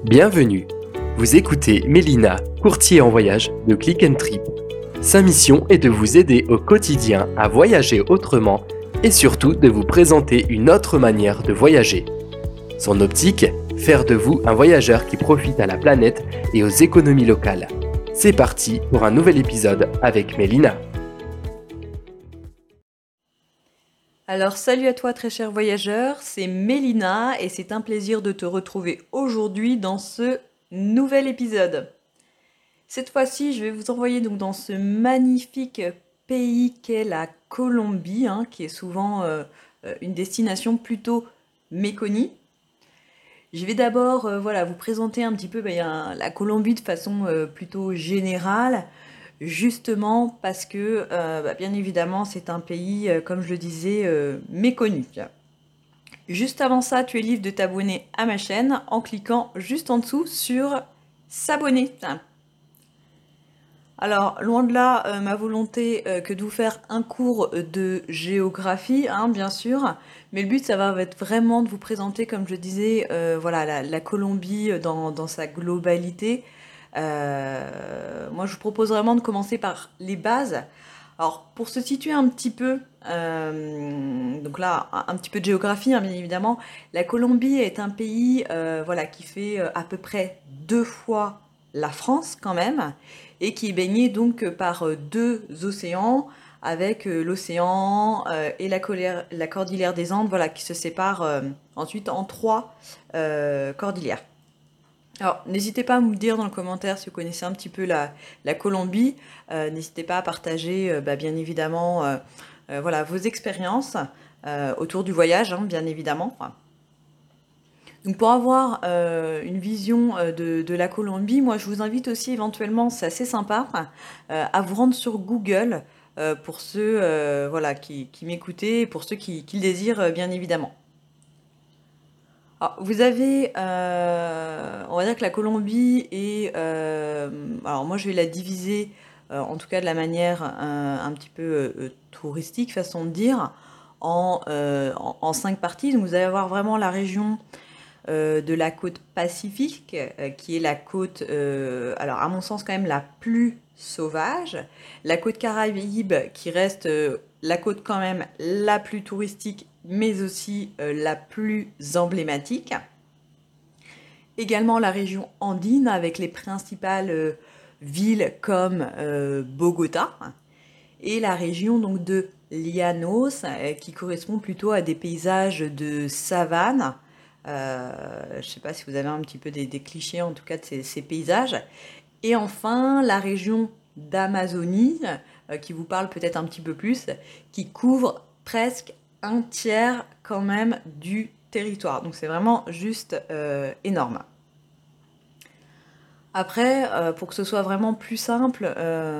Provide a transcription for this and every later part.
Bienvenue. Vous écoutez Mélina, courtier en voyage de Click and Trip. Sa mission est de vous aider au quotidien à voyager autrement et surtout de vous présenter une autre manière de voyager. Son optique, faire de vous un voyageur qui profite à la planète et aux économies locales. C'est parti pour un nouvel épisode avec Mélina. Alors salut à toi très cher voyageur, c'est Mélina et c'est un plaisir de te retrouver aujourd'hui dans ce nouvel épisode. Cette fois-ci, je vais vous envoyer donc dans ce magnifique pays qu'est la Colombie, qui est souvent une destination plutôt méconnue. Je vais d'abord vous présenter un petit peu la Colombie de façon plutôt générale. Justement parce que, bien évidemment, c'est un pays, comme je le disais, méconnu. Juste avant ça, tu es libre de t'abonner à ma chaîne en cliquant juste en dessous sur s'abonner. Alors, loin de là, ma volonté que de vous faire un cours de géographie, bien sûr, mais le but, ça va être vraiment de vous présenter, comme je disais, la Colombie dans sa globalité. Moi, je vous propose vraiment de commencer par les bases. Alors, pour se situer un petit peu, donc là, un petit peu de géographie, bien évidemment, la Colombie est un pays qui fait à peu près 2 fois la France quand même, et qui est baigné donc par 2 océans, avec l'océan et la cordillère des Andes, qui se séparent ensuite en 3 cordillères. Alors, n'hésitez pas à me dire dans le commentaire si vous connaissez un petit peu la Colombie. N'hésitez pas à partager, bien évidemment, vos expériences autour du voyage, bien évidemment. Donc, pour avoir une vision de la Colombie, moi, je vous invite aussi éventuellement, c'est assez sympa, à vous rendre sur Google pour ceux qui m'écoutaient et pour ceux qui le désirent, bien évidemment. Alors, vous avez, on va dire que la Colombie est, alors moi je vais la diviser, en tout cas de la manière un petit peu touristique, façon de dire, en 5 parties. Donc vous allez avoir vraiment la région de la côte Pacifique, qui est la côte, alors à mon sens quand même la plus sauvage, la côte Caraïbe qui reste la côte quand même la plus touristique, mais aussi la plus emblématique. Également la région andine avec les principales villes comme Bogota, et la région donc de Llanos qui correspond plutôt à des paysages de savane. Je ne sais pas si vous avez un petit peu des clichés en tout cas de ces paysages. Et enfin la région d'Amazonie qui vous parle peut-être un petit peu plus, qui couvre presque un tiers quand même du territoire. Donc c'est vraiment juste énorme. Après, pour que ce soit vraiment plus simple,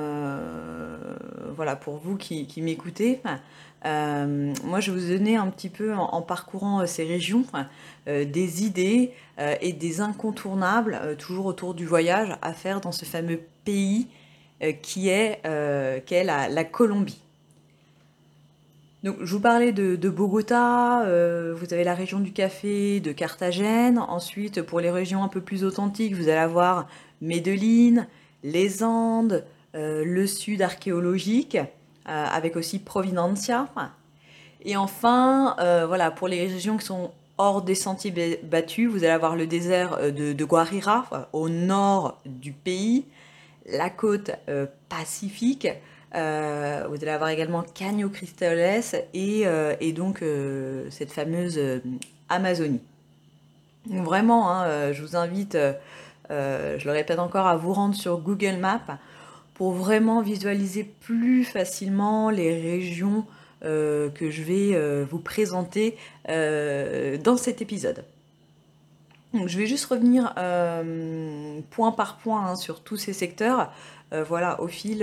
pour vous qui m'écoutez, moi je vais vous donner un petit peu en parcourant ces régions des idées et des incontournables, toujours autour du voyage, à faire dans ce fameux pays qu'est la Colombie. Donc, je vous parlais de Bogota, vous avez la région du café, de Carthagène. Ensuite, pour les régions un peu plus authentiques, vous allez avoir Medellín, les Andes, le sud archéologique, avec aussi Providencia. Et enfin, pour les régions qui sont hors des sentiers battus, vous allez avoir le désert de Guajira, au nord du pays, la côte pacifique. Vous allez avoir également Caño Cristales et donc cette fameuse Amazonie. Donc vraiment, je vous invite, je le répète encore, à vous rendre sur Google Maps pour vraiment visualiser plus facilement les régions que je vais vous présenter dans cet épisode. Donc, je vais juste revenir point par point sur tous ces secteurs au fil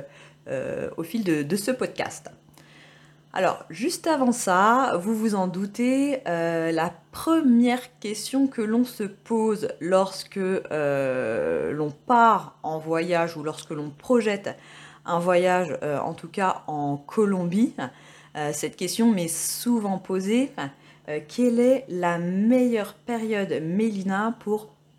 de ce podcast. Alors, juste avant ça, vous vous en doutez, la première question que l'on se pose lorsque l'on part en voyage ou lorsque l'on projette un voyage, en tout cas en Colombie, cette question m'est souvent posée. Quelle est la meilleure période, Mélina, pour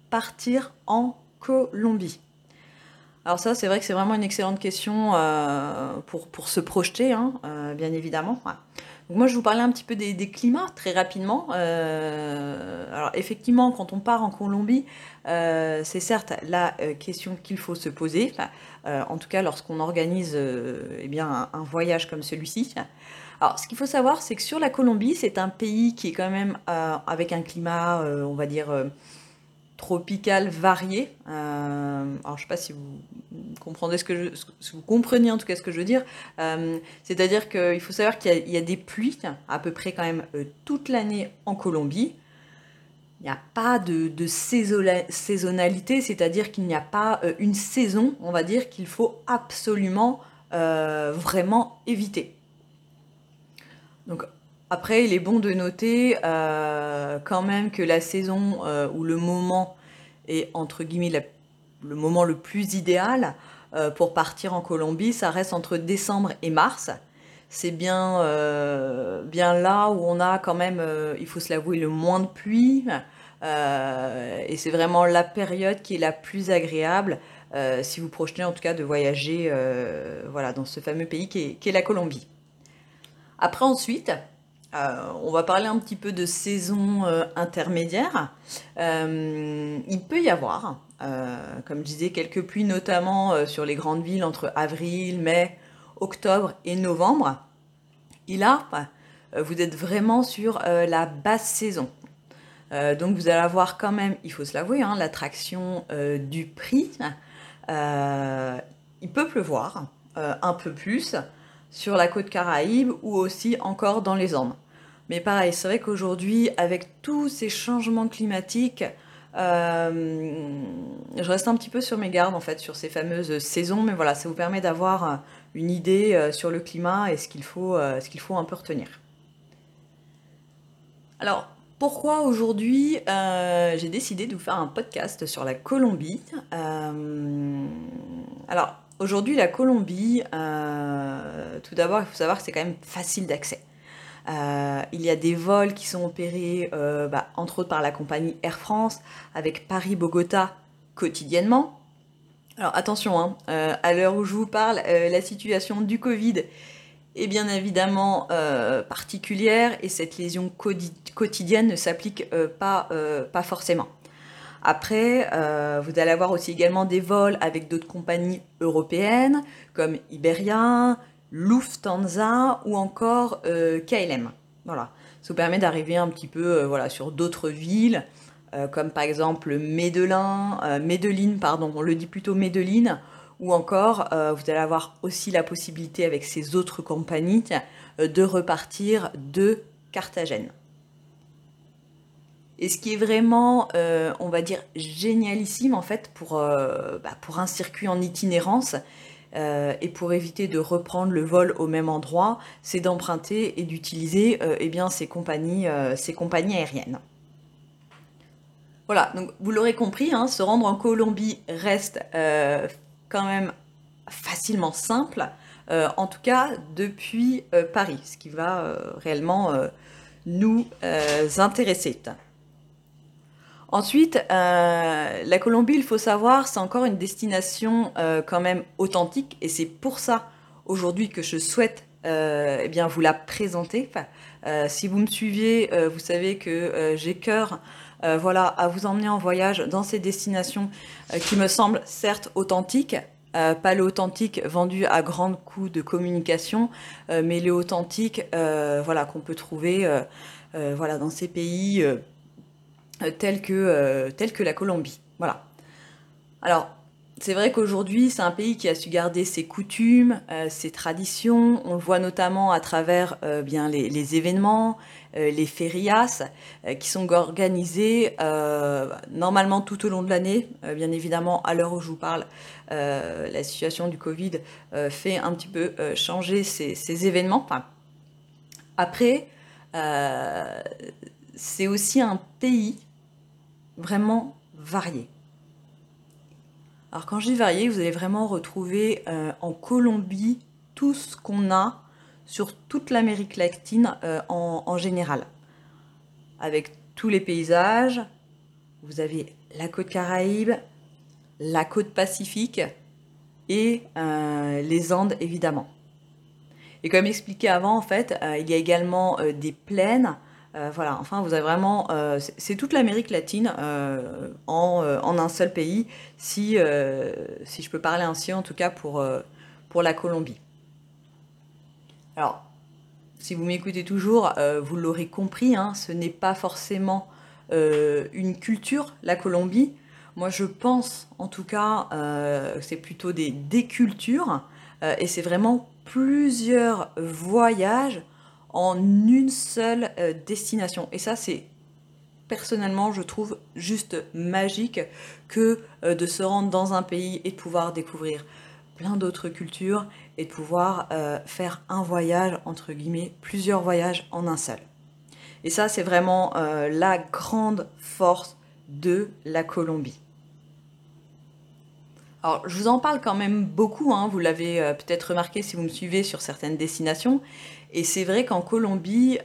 partir en Colombie? Alors ça, c'est vrai que c'est vraiment une excellente question pour se projeter, hein, bien évidemment. Ouais. Donc moi, je vous parlais un petit peu des climats très rapidement. Alors effectivement, quand on part en Colombie, c'est certes la question qu'il faut se poser. Enfin, en tout cas, lorsqu'on organise eh bien, un voyage comme celui-ci. Alors, ce qu'il faut savoir, c'est que sur la Colombie, c'est un pays qui est quand même avec un climat, on va dire, tropical varié. Alors, je sais pas si vous comprenez si vous comprenez en tout cas ce que je veux dire. C'est-à-dire qu'il faut savoir qu'il y a des pluies à peu près quand même toute l'année en Colombie. Il n'y a pas de saisonnalité, c'est-à-dire qu'il n'y a pas une saison, on va dire, qu'il faut absolument vraiment éviter. Donc après, il est bon de noter quand même que la saison ou le moment est entre guillemets le moment le plus idéal pour partir en Colombie, ça reste entre décembre et mars. C'est bien là où on a quand même, il faut se l'avouer, le moins de pluie. Et c'est vraiment la période qui est la plus agréable si vous projetez en tout cas de voyager voilà, dans ce fameux pays qui est la Colombie. Après ensuite, on va parler un petit peu de saison intermédiaire. Il peut y avoir, comme je disais, quelques pluies, notamment sur les grandes villes entre avril, mai, octobre et novembre. Et là, vous êtes vraiment sur la basse saison. Donc vous allez avoir quand même, il faut se l'avouer, hein, l'attraction du prix. Il peut pleuvoir un peu plus sur la côte Caraïbe ou aussi encore dans les Andes. Mais pareil, c'est vrai qu'aujourd'hui, avec tous ces changements climatiques, je reste un petit peu sur mes gardes en fait sur ces fameuses saisons, mais voilà, ça vous permet d'avoir une idée sur le climat et ce qu'il faut un peu retenir. Alors, pourquoi aujourd'hui j'ai décidé de vous faire un podcast sur la Colombie? Alors, aujourd'hui, la Colombie, tout d'abord, il faut savoir que c'est quand même facile d'accès. Il y a des vols qui sont opérés, entre autres par la compagnie Air France, avec Paris-Bogota quotidiennement. Alors attention, hein, à l'heure où je vous parle, la situation du Covid est bien évidemment particulière et cette lésion quotidienne ne s'applique pas forcément. Après, vous allez avoir aussi également des vols avec d'autres compagnies européennes comme Iberia, Lufthansa ou encore KLM. Voilà, ça vous permet d'arriver un petit peu voilà, sur d'autres villes comme par exemple Medellín, pardon, on le dit plutôt Medellín, ou encore vous allez avoir aussi la possibilité avec ces autres compagnies de repartir de Carthagène. Et ce qui est vraiment, on va dire, génialissime en fait pour un circuit en itinérance et pour éviter de reprendre le vol au même endroit, c'est d'emprunter et d'utiliser ces compagnies aériennes. Voilà, donc vous l'aurez compris, hein, se rendre en Colombie reste quand même facilement simple, en tout cas depuis Paris, ce qui va réellement nous intéresser. Ensuite, la Colombie, il faut savoir, c'est encore une destination quand même authentique et c'est pour ça aujourd'hui que je souhaite vous la présenter. Enfin, si vous me suivez, vous savez que j'ai cœur à vous emmener en voyage dans ces destinations qui me semblent certes authentiques, pas le authentique vendu à grands coups de communication, mais le authentique qu'on peut trouver dans ces pays tels que la Colombie. Voilà. Alors, c'est vrai qu'aujourd'hui, c'est un pays qui a su garder ses coutumes, ses traditions. On le voit notamment à travers les événements, les férias, qui sont organisés normalement tout au long de l'année. Bien évidemment, à l'heure où je vous parle, la situation du Covid fait un petit peu changer ces événements. Enfin, après, c'est aussi un pays vraiment varié. Alors quand je dis varié, vous allez vraiment retrouver en Colombie tout ce qu'on a sur toute l'Amérique latine en général. Avec tous les paysages, vous avez la côte Caraïbe, la côte Pacifique et les Andes évidemment. Et comme expliqué avant, en fait, il y a également des plaines. Voilà, enfin, vous avez vraiment... c'est toute l'Amérique latine en un seul pays, si je peux parler ainsi, en tout cas pour la Colombie. Alors, si vous m'écoutez toujours, vous l'aurez compris, hein, ce n'est pas forcément une culture, la Colombie. Moi, je pense, en tout cas, que c'est plutôt des décultures, et c'est vraiment plusieurs voyages en une seule destination. Et ça, c'est personnellement, je trouve juste magique que de se rendre dans un pays et de pouvoir découvrir plein d'autres cultures et de pouvoir faire un voyage, entre guillemets, plusieurs voyages en un seul. Et ça, c'est vraiment la grande force de la Colombie. Alors, je vous en parle quand même beaucoup, hein, vous l'avez peut-être remarqué si vous me suivez sur certaines destinations. Et c'est vrai qu'en Colombie,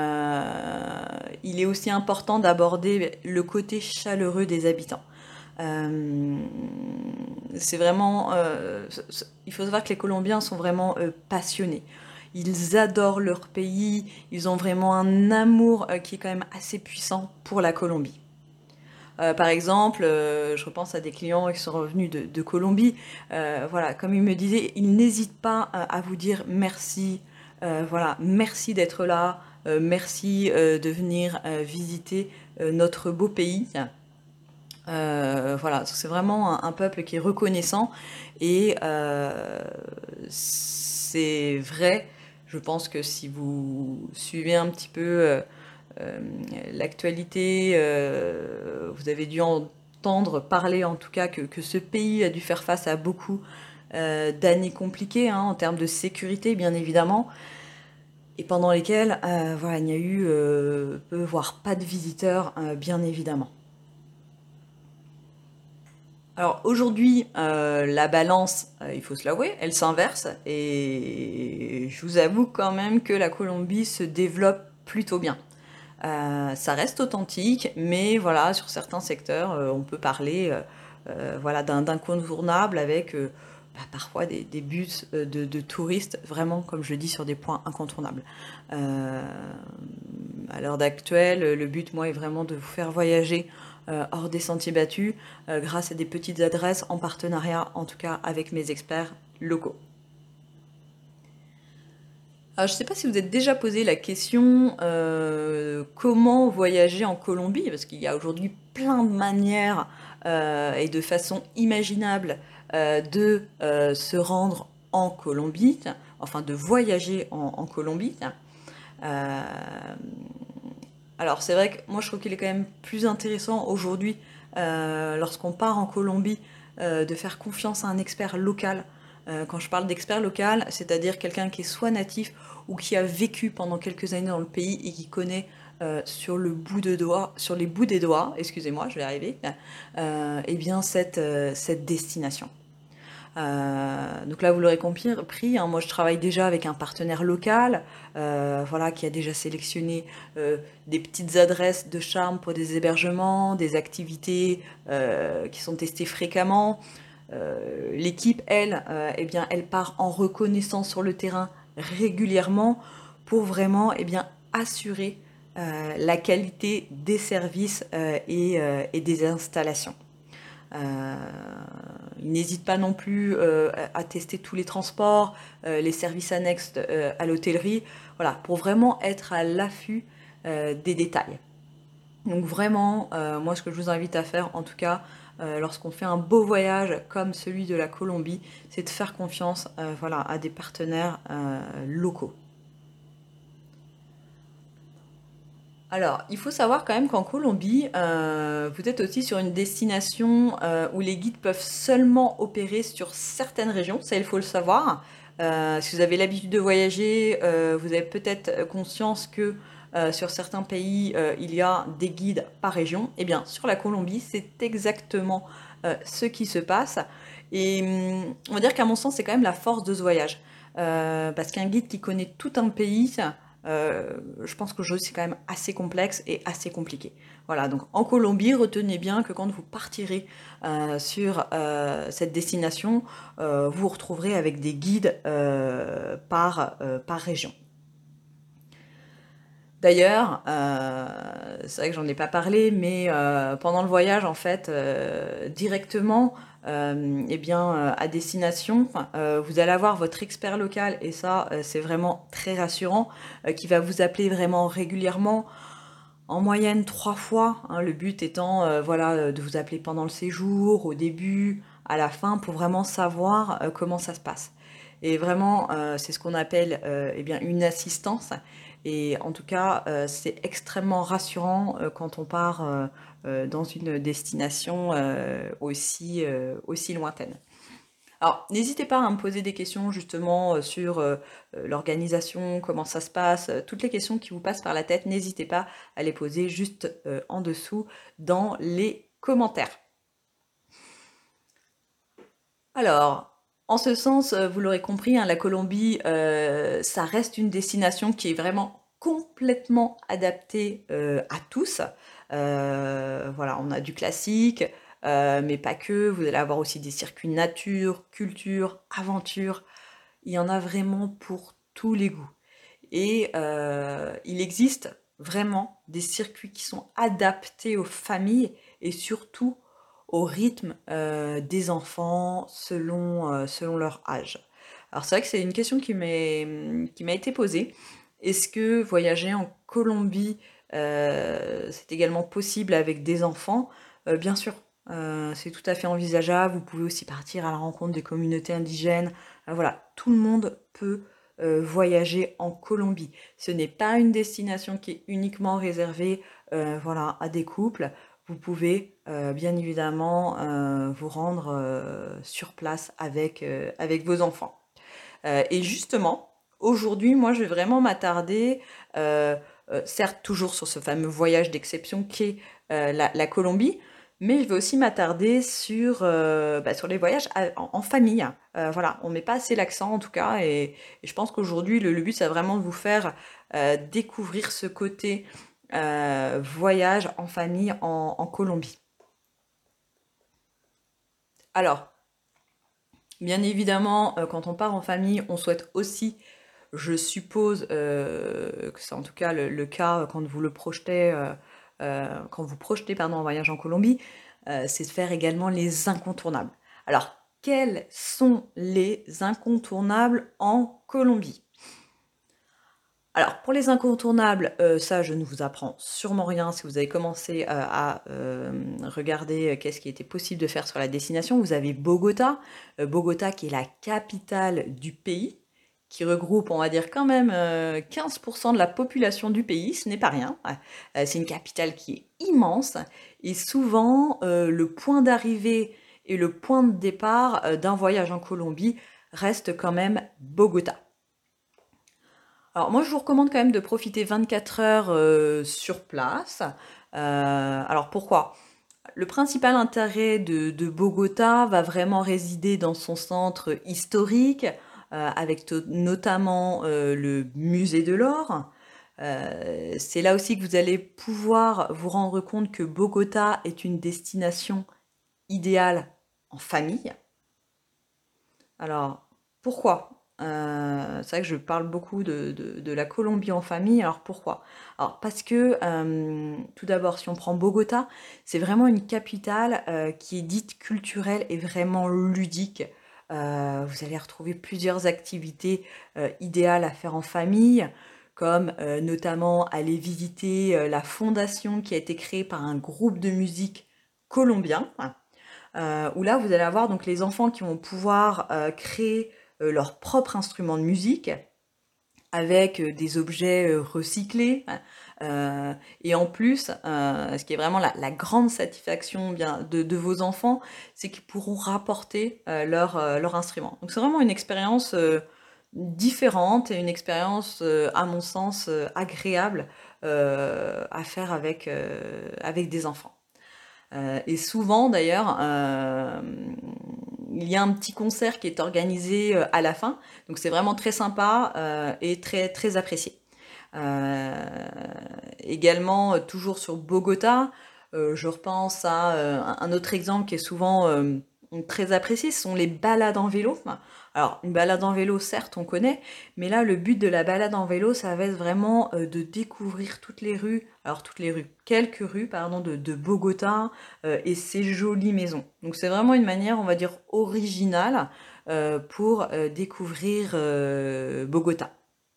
il est aussi important d'aborder le côté chaleureux des habitants. Euh, c'est vraiment... il faut savoir que les Colombiens sont vraiment passionnés. Ils adorent leur pays, ils ont vraiment un amour qui est quand même assez puissant pour la Colombie. Par exemple, je repense à des clients qui sont revenus de Colombie. Voilà, comme ils me disaient, ils n'hésitent pas à vous dire merci. Voilà, merci d'être là. Merci de venir visiter notre beau pays. Voilà, c'est vraiment un peuple qui est reconnaissant et c'est vrai. Je pense que si vous suivez un petit peu euh, l'actualité, vous avez dû entendre parler en tout cas que ce pays a dû faire face à beaucoup d'années compliquées hein, en termes de sécurité bien évidemment, et pendant lesquelles voilà, il n'y a eu peu voire pas de visiteurs bien évidemment. Alors aujourd'hui, la balance, il faut se l'avouer, elle s'inverse et je vous avoue quand même que la Colombie se développe plutôt bien. Ça reste authentique, mais voilà, sur certains secteurs, on peut parler voilà, d'un incontournable avec parfois des bus de touristes, vraiment, comme je le dis, sur des points incontournables. Euh, à l'heure actuelle, le but, moi, est vraiment de vous faire voyager hors des sentiers battus, grâce à des petites adresses en partenariat, en tout cas avec mes experts locaux. Alors, je ne sais pas si vous êtes déjà posé la question comment voyager en Colombie, parce qu'il y a aujourd'hui plein de manières et de façons imaginables de se rendre en Colombie, enfin de voyager en Colombie. Euh, alors c'est vrai que moi je trouve qu'il est quand même plus intéressant aujourd'hui, lorsqu'on part en Colombie, de faire confiance à un expert local. Quand je parle d'expert local, c'est-à-dire quelqu'un qui est soit natif ou qui a vécu pendant quelques années dans le pays et qui connaît sur les bouts des doigts, excusez-moi, je vais y arriver, eh bien cette destination. Donc là, vous l'aurez compris, hein, moi je travaille déjà avec un partenaire local, voilà, qui a déjà sélectionné des petites adresses de charme pour des hébergements, des activités qui sont testées fréquemment. L'équipe, elle, eh bien, elle part en reconnaissance sur le terrain régulièrement pour vraiment, eh bien, assurer la qualité des services et des installations. Euh, il n'hésite pas non plus à tester tous les transports, les services annexes à l'hôtellerie, voilà, pour vraiment être à l'affût des détails. Donc vraiment, moi ce que je vous invite à faire, en tout cas, lorsqu'on fait un beau voyage comme celui de la Colombie, c'est de faire confiance voilà, à des partenaires locaux. Alors, il faut savoir quand même qu'en Colombie, vous êtes aussi sur une destination où les guides peuvent seulement opérer sur certaines régions, ça il faut le savoir. Si vous avez l'habitude de voyager, vous avez peut-être conscience que sur certains pays, il y a des guides par région. Eh bien, sur la Colombie, c'est exactement ce qui se passe. Et on va dire qu'à mon sens, c'est quand même la force de ce voyage. Parce qu'un guide qui connaît tout un pays, je pense qu'aujourd'hui c'est quand même assez complexe et assez compliqué. Voilà, donc en Colombie, retenez bien que quand vous partirez sur cette destination, vous vous retrouverez avec des guides par région. D'ailleurs, c'est vrai que j'en ai pas parlé, mais pendant le voyage, en fait, directement, eh bien, à destination, vous allez avoir votre expert local, et ça, c'est vraiment très rassurant, qui va vous appeler vraiment régulièrement, en moyenne 3 fois, hein, le but étant, voilà, de vous appeler pendant le séjour, au début, à la fin, pour vraiment savoir comment ça se passe. Et vraiment, c'est ce qu'on appelle eh bien, une assistance. Et en tout cas, c'est extrêmement rassurant quand on part dans une destination aussi lointaine. Alors, n'hésitez pas à me poser des questions justement sur l'organisation, comment ça se passe, toutes les questions qui vous passent par la tête, n'hésitez pas à les poser juste en dessous dans les commentaires. Alors, en ce sens, vous l'aurez compris, hein, la Colombie, ça reste une destination qui est vraiment complètement adaptée à tous. Voilà, on a du classique, mais pas que. Vous allez avoir aussi des circuits nature, culture, aventure. Il y en a vraiment pour tous les goûts. Et il existe vraiment des circuits qui sont adaptés aux familles et surtout au rythme des enfants selon leur âge. Alors c'est vrai que c'est une question qui m'a été posée. Est-ce que voyager en Colombie, c'est également possible avec des enfants? Bien sûr, c'est tout à fait envisageable. Vous pouvez aussi partir à la rencontre des communautés indigènes. Voilà, tout le monde peut voyager en Colombie. Ce n'est pas une destination qui est uniquement réservée voilà, à des couples. Vous pouvez bien évidemment vous rendre sur place avec vos enfants. Et justement, aujourd'hui, moi, je vais vraiment m'attarder, certes toujours sur ce fameux voyage d'exception qu'est la Colombie, mais je vais aussi m'attarder sur les voyages en famille. Voilà, on met pas assez l'accent en tout cas, et je pense qu'aujourd'hui, le but, c'est vraiment de vous faire découvrir ce côté voyage en famille en Colombie. Alors, bien évidemment, quand on part en famille, on souhaite aussi, je suppose que c'est en tout cas le cas quand vous le projetez, quand vous projetez pardon, un voyage en Colombie, c'est de faire également les incontournables. Alors, quels sont les incontournables en Colombie? Alors, pour les incontournables, ça, je ne vous apprends sûrement rien si vous avez commencé à regarder qu'est-ce qui était possible de faire sur la destination. Vous avez Bogota, Bogota qui est la capitale du pays, qui regroupe, on va dire, quand même 15% de la population du pays, ce n'est pas rien. C'est une capitale qui est immense, et souvent, le point d'arrivée et le point de départ d'un voyage en Colombie reste quand même Bogota. Alors moi, je vous recommande quand même de profiter 24 heures sur place. Alors pourquoi? Le principal intérêt de Bogota va vraiment résider dans son centre historique, avec notamment le musée de l'or. C'est là aussi que vous allez pouvoir vous rendre compte que Bogota est une destination idéale en famille. Alors, pourquoi? C'est vrai que je parle beaucoup de la Colombie en famille. Alors pourquoi? Alors parce que tout d'abord, si on prend Bogota, c'est vraiment une capitale qui est dite culturelle et vraiment ludique. Vous allez retrouver plusieurs activités idéales à faire en famille, comme notamment aller visiter la fondation qui a été créée par un groupe de musique colombien, où là vous allez avoir donc les enfants qui vont pouvoir créer leur propre instrument de musique avec des objets recyclés. Et en plus, ce qui est vraiment la grande satisfaction bien, de vos enfants, c'est qu'ils pourront rapporter leur instrument. Donc c'est vraiment une expérience différente et une expérience, à mon sens, agréable à faire avec des enfants. Et souvent d'ailleurs, il y a un petit concert qui est organisé à la fin, donc c'est vraiment très sympa et très, très apprécié. Également, toujours sur Bogota, je repense à un autre exemple qui est souvent très apprécié, ce sont les balades en vélo. Alors, une balade en vélo, certes, on connaît, mais là, le but de la balade en vélo, ça va être vraiment de découvrir toutes les rues, alors toutes les rues, quelques rues, pardon, de Bogota et ses jolies maisons. Donc, c'est vraiment une manière, on va dire, originale pour découvrir Bogota.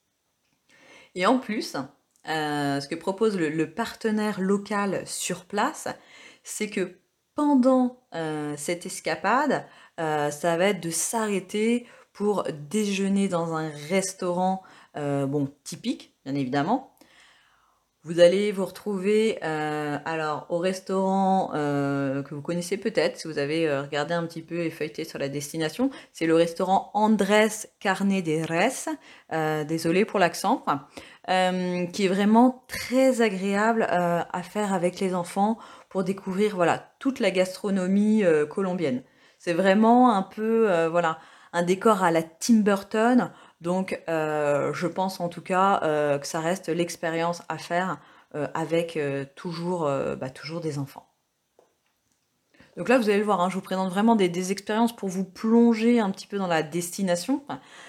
Et en plus, ce que propose le partenaire local sur place, c'est que pendant cette escapade, ça va être de s'arrêter pour déjeuner dans un restaurant bon, typique, bien évidemment. Vous allez vous retrouver alors au restaurant que vous connaissez peut-être si vous avez regardé un petit peu et feuilleté sur la destination. C'est le restaurant Andrés Carne de Res, désolé pour l'accent, qui est vraiment très agréable à faire avec les enfants pour découvrir voilà toute la gastronomie colombienne. C'est vraiment un peu voilà un décor à la Tim Burton. Donc, je pense en tout cas que ça reste l'expérience à faire avec toujours des enfants. Donc là, vous allez le voir, hein, je vous présente vraiment des expériences pour vous plonger un petit peu dans la destination.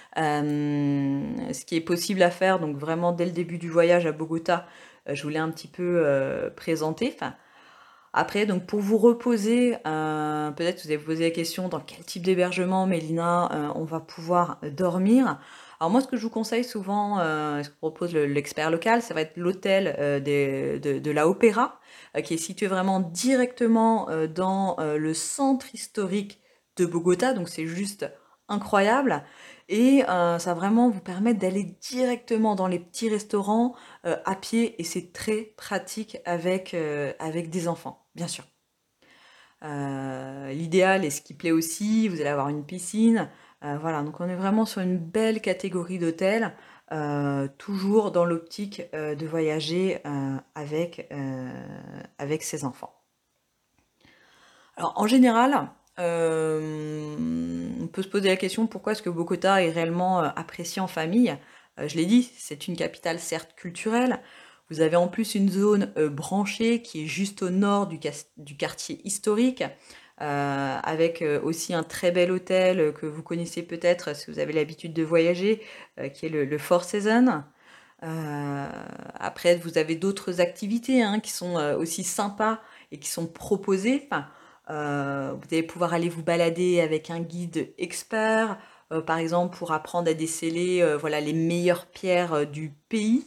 Ce qui est possible à faire, donc vraiment dès le début du voyage à Bogota, je vous l'ai un petit peu présenté. Après, donc pour vous reposer, peut-être vous avez posé la question dans quel type d'hébergement, Mélina, on va pouvoir dormir. Alors moi, ce que je vous conseille souvent, ce que propose l'expert local, ça va être l'hôtel de la Opéra, qui est situé vraiment directement dans le centre historique de Bogota, donc c'est juste incroyable. Et ça va vraiment vous permettre d'aller directement dans les petits restaurants à pied et c'est très pratique avec des enfants, bien sûr. L'idéal et ce qui plaît aussi, vous allez avoir une piscine. Voilà, donc on est vraiment sur une belle catégorie d'hôtels, toujours dans l'optique de voyager avec ses enfants. Alors en général, on peut se poser la question pourquoi est-ce que Bogota est réellement apprécié en famille. Je l'ai dit, c'est une capitale certes culturelle. Vous avez en plus une zone branchée qui est juste au nord du quartier historique, avec aussi un très bel hôtel que vous connaissez peut-être si vous avez l'habitude de voyager, qui est le Four Seasons. Après, vous avez d'autres activités hein, qui sont aussi sympas et qui sont proposées. Vous allez pouvoir aller vous balader avec un guide expert, par exemple pour apprendre à déceler voilà, les meilleures pierres du pays,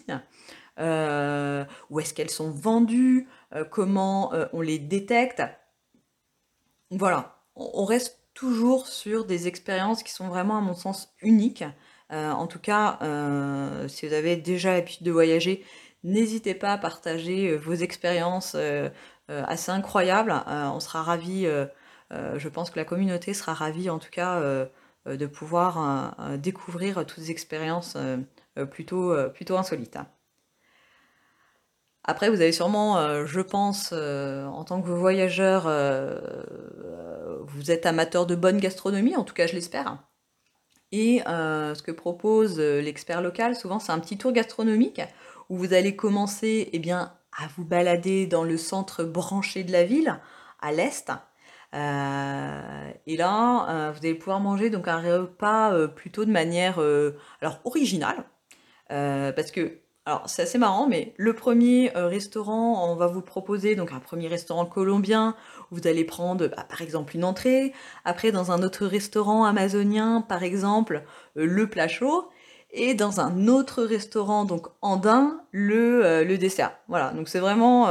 où est-ce qu'elles sont vendues, comment on les détecte. Voilà, on reste toujours sur des expériences qui sont vraiment, à mon sens, uniques. En tout cas, si vous avez déjà l'habitude de voyager, n'hésitez pas à partager vos expériences assez incroyables. On sera ravis, je pense que la communauté sera ravie en tout cas de pouvoir découvrir toutes ces expériences plutôt insolites. Après, vous avez sûrement, je pense, en tant que voyageur, vous êtes amateur de bonne gastronomie, en tout cas je l'espère. Et ce que propose l'expert local, souvent c'est un petit tour gastronomique où vous allez commencer eh bien, à vous balader dans le centre branché de la ville, à l'est. Et là, vous allez pouvoir manger donc un repas plutôt de manière alors originale. Parce que, alors c'est assez marrant, mais le premier restaurant, on va vous proposer donc un premier restaurant colombien où vous allez prendre par exemple une entrée. Après, dans un autre restaurant amazonien, par exemple, le plat chaud. Et dans un autre restaurant, donc andin, le dessert. Voilà, donc c'est vraiment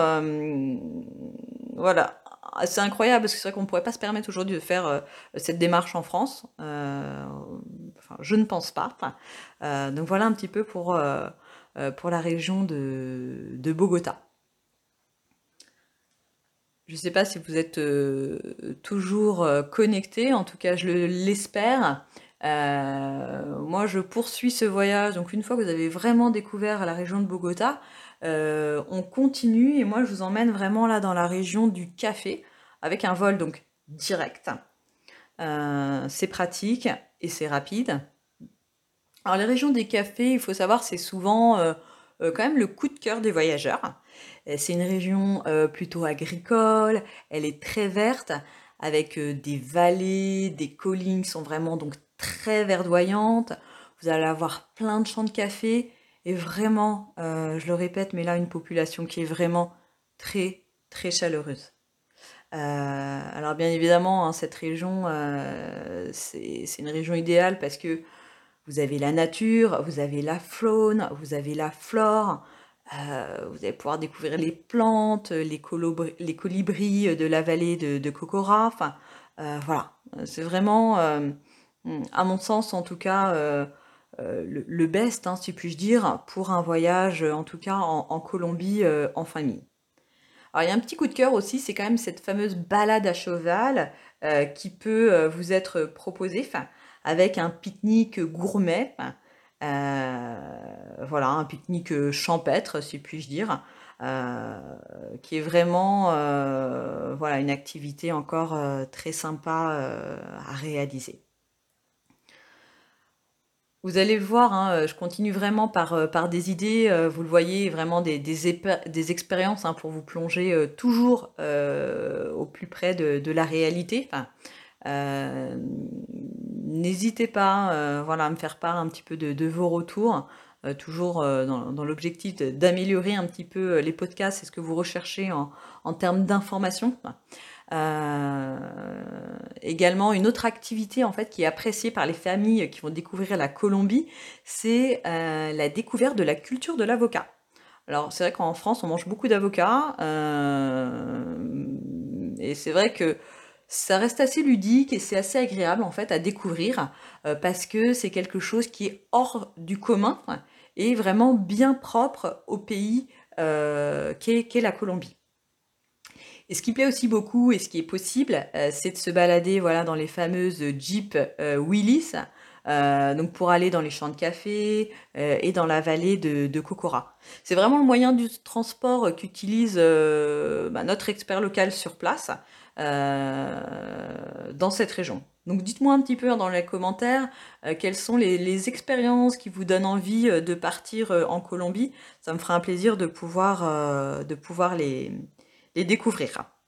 voilà, c'est incroyable parce que c'est vrai qu'on ne pourrait pas se permettre aujourd'hui de faire cette démarche en France. Enfin, je ne pense pas. Donc voilà un petit peu pour la région de Bogota. Je ne sais pas si vous êtes toujours connecté, en tout cas je l'espère. Moi je poursuis ce voyage, donc une fois que vous avez vraiment découvert la région de Bogota, on continue et moi je vous emmène vraiment là dans la région du café, avec un vol donc direct. C'est pratique et c'est rapide. Alors les régions des cafés, il faut savoir, c'est souvent quand même le coup de cœur des voyageurs. C'est une région plutôt agricole, elle est très verte, avec des vallées, des collines qui sont vraiment donc très verdoyantes. Vous allez avoir plein de champs de café et vraiment, je le répète, mais là une population qui est vraiment très très chaleureuse. Alors bien évidemment, hein, cette région, c'est une région idéale parce que vous avez la nature, vous avez la faune, vous avez la flore, vous allez pouvoir découvrir les plantes, les colibris de la vallée de Kokora. Enfin, voilà, c'est vraiment, à mon sens en tout cas, le best, hein, si puis-je dire, pour un voyage, en tout cas en Colombie, en famille. Alors, il y a un petit coup de cœur aussi, c'est quand même cette fameuse balade à cheval qui peut vous être proposée, enfin, avec un pique-nique gourmet, enfin, voilà, un pique-nique champêtre, si puis-je dire, euh, qui est vraiment voilà, une activité encore très sympa à réaliser. Vous allez le voir, hein, je continue vraiment par des idées, vous le voyez, vraiment des expériences hein, pour vous plonger toujours au plus près de la réalité. Enfin, euh, n'hésitez pas voilà, à me faire part un petit peu de vos retours, toujours dans l'objectif d'améliorer un petit peu les podcasts et ce que vous recherchez en termes d'information. Euh, Également, une autre activité en fait qui est appréciée par les familles qui vont découvrir la Colombie, c'est la découverte de la culture de l'avocat. Alors, c'est vrai qu'en France, on mange beaucoup d'avocats, et c'est vrai que ça reste assez ludique et c'est assez agréable en fait à découvrir parce que c'est quelque chose qui est hors du commun et vraiment bien propre au pays qu'est la Colombie. Et ce qui plaît aussi beaucoup et ce qui est possible, c'est de se balader voilà, dans les fameuses Jeep Willys, donc pour aller dans les champs de café et dans la vallée de Kokora. C'est vraiment le moyen du transport qu'utilise notre expert local sur place dans cette région. Donc dites-moi un petit peu hein, dans les commentaires quelles sont les expériences qui vous donnent envie de partir en Colombie. Ça me fera un plaisir de pouvoir les découvrir.